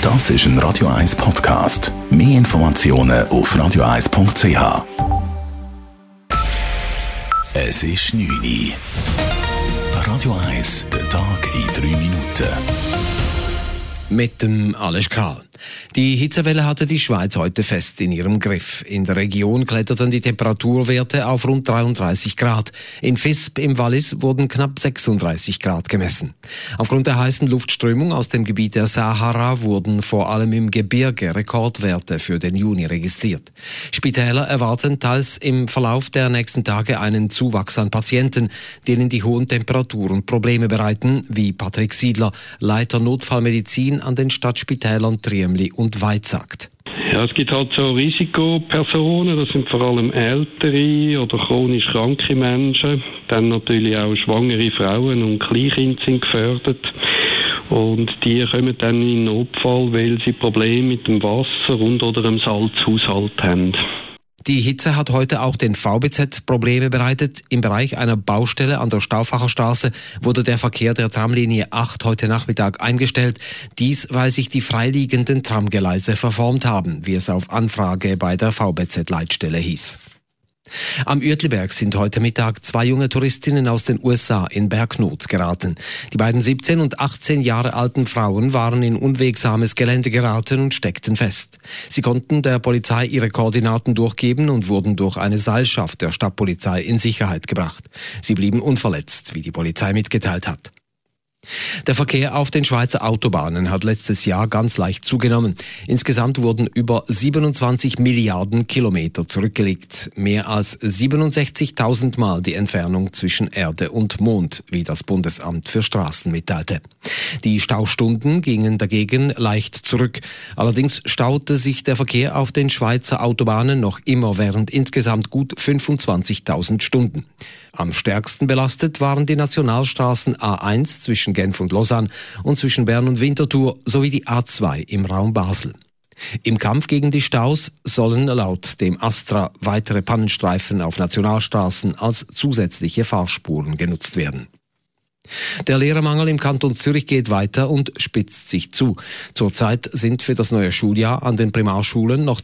Das ist ein Radio 1 Podcast. Mehr Informationen auf radio1.ch. Es ist 9 Uhr. Radio 1, der Tag in 3 Minuten. Mit dem Alles Kral. Die Hitzewelle hatte die Schweiz heute fest in ihrem Griff. In der Region kletterten die Temperaturwerte auf rund 33 Grad. In Visp im Wallis wurden knapp 36 Grad gemessen. Aufgrund der heißen Luftströmung aus dem Gebiet der Sahara wurden vor allem im Gebirge Rekordwerte für den Juni registriert. Spitäler erwarten teils im Verlauf der nächsten Tage einen Zuwachs an Patienten, denen die hohen Temperaturen Probleme bereiten, wie Patrick Siedler, Leiter Notfallmedizin an den Stadtspitälern Triemli und Weiz sagt. Ja, es gibt halt so Risikopersonen, das sind vor allem ältere oder chronisch kranke Menschen, dann natürlich auch schwangere Frauen und Kleinkinder sind gefördert. Und die kommen dann in Notfall, weil sie Probleme mit dem Wasser und oder dem Salzhaushalt haben. Die Hitze hat heute auch den VBZ Probleme bereitet. Im Bereich einer Baustelle an der Stauffacher Straße wurde der Verkehr der Tramlinie 8 heute Nachmittag eingestellt. Dies, weil sich die freiliegenden Tramgeleise verformt haben, wie es auf Anfrage bei der VBZ-Leitstelle hieß. Am Uetliberg sind heute Mittag 2 junge Touristinnen aus den USA in Bergnot geraten. Die beiden 17 und 18 Jahre alten Frauen waren in unwegsames Gelände geraten und steckten fest. Sie konnten der Polizei ihre Koordinaten durchgeben und wurden durch eine Seilschaft der Stadtpolizei in Sicherheit gebracht. Sie blieben unverletzt, wie die Polizei mitgeteilt hat. Der Verkehr auf den Schweizer Autobahnen hat letztes Jahr ganz leicht zugenommen. Insgesamt wurden über 27 Milliarden Kilometer zurückgelegt. Mehr als 67.000 Mal die Entfernung zwischen Erde und Mond, wie das Bundesamt für Straßen mitteilte. Die Staustunden gingen dagegen leicht zurück. Allerdings staute sich der Verkehr auf den Schweizer Autobahnen noch immer während insgesamt gut 25.000 Stunden. Am stärksten belastet waren die Nationalstraßen A1 zwischen Genf und Lausanne und zwischen Bern und Winterthur sowie die A2 im Raum Basel. Im Kampf gegen die Staus sollen laut dem ASTRA weitere Pannenstreifen auf Nationalstraßen als zusätzliche Fahrspuren genutzt werden. Der Lehrermangel im Kanton Zürich geht weiter und spitzt sich zu. Zurzeit sind für das neue Schuljahr an den Primarschulen noch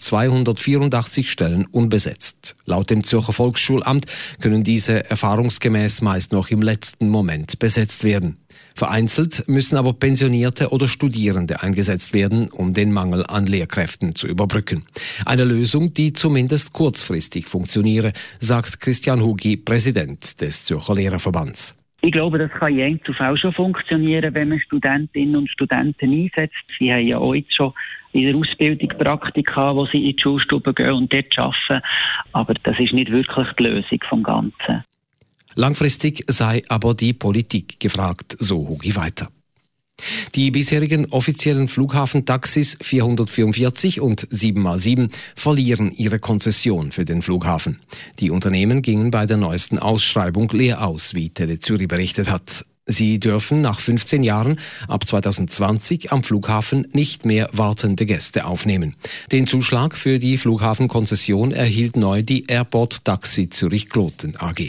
284 Stellen unbesetzt. Laut dem Zürcher Volksschulamt können diese erfahrungsgemäß meist noch im letzten Moment besetzt werden. Vereinzelt müssen aber Pensionierte oder Studierende eingesetzt werden, um den Mangel an Lehrkräften zu überbrücken. Eine Lösung, die zumindest kurzfristig funktioniere, sagt Christian Hugi, Präsident des Zürcher Lehrerverbands. Ich glaube, das kann in Einzelfällen schon funktionieren, wenn man Studentinnen und Studenten einsetzt. Sie haben ja auch jetzt schon in der Ausbildung Praktika, wo sie in die Schulstube gehen und dort arbeiten. Aber das ist nicht wirklich die Lösung vom Ganzen. Langfristig sei aber die Politik gefragt, so Hugi weiter. Die bisherigen offiziellen Flughafentaxis 444 und 7x7 verlieren ihre Konzession für den Flughafen. Die Unternehmen gingen bei der neuesten Ausschreibung leer aus, wie Tele Zürich berichtet hat. Sie dürfen nach 15 Jahren ab 2020 am Flughafen nicht mehr wartende Gäste aufnehmen. Den Zuschlag für die Flughafenkonzession erhielt neu die Airport Taxi Zürich-Kloten AG.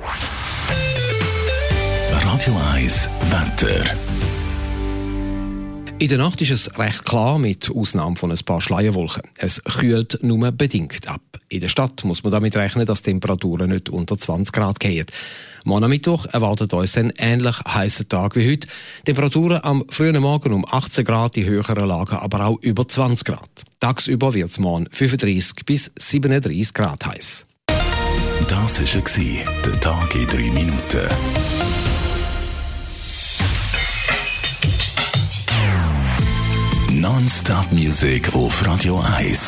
Radio 1 Wetter. In der Nacht ist es recht klar, mit Ausnahme von ein paar Schleierwolken. Es kühlt nur bedingt ab. In der Stadt muss man damit rechnen, dass Temperaturen nicht unter 20 Grad gehen. Morgen Mittwoch erwartet uns ein ähnlich heißer Tag wie heute. Temperaturen am frühen Morgen um 18 Grad, die höheren Lagen aber auch über 20 Grad. Tagsüber wird es morgen 35 bis 37 Grad heiß. Das war der Tag in 3 Minuten. Non-Stop Music auf Radio 1.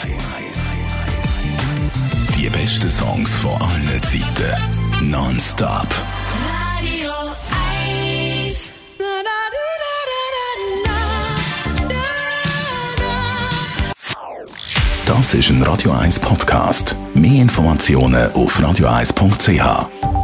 Die besten Songs von allen Zeiten. Non-Stop. Radio 1. Das ist ein Radio 1 Podcast. Mehr Informationen auf radio1.ch.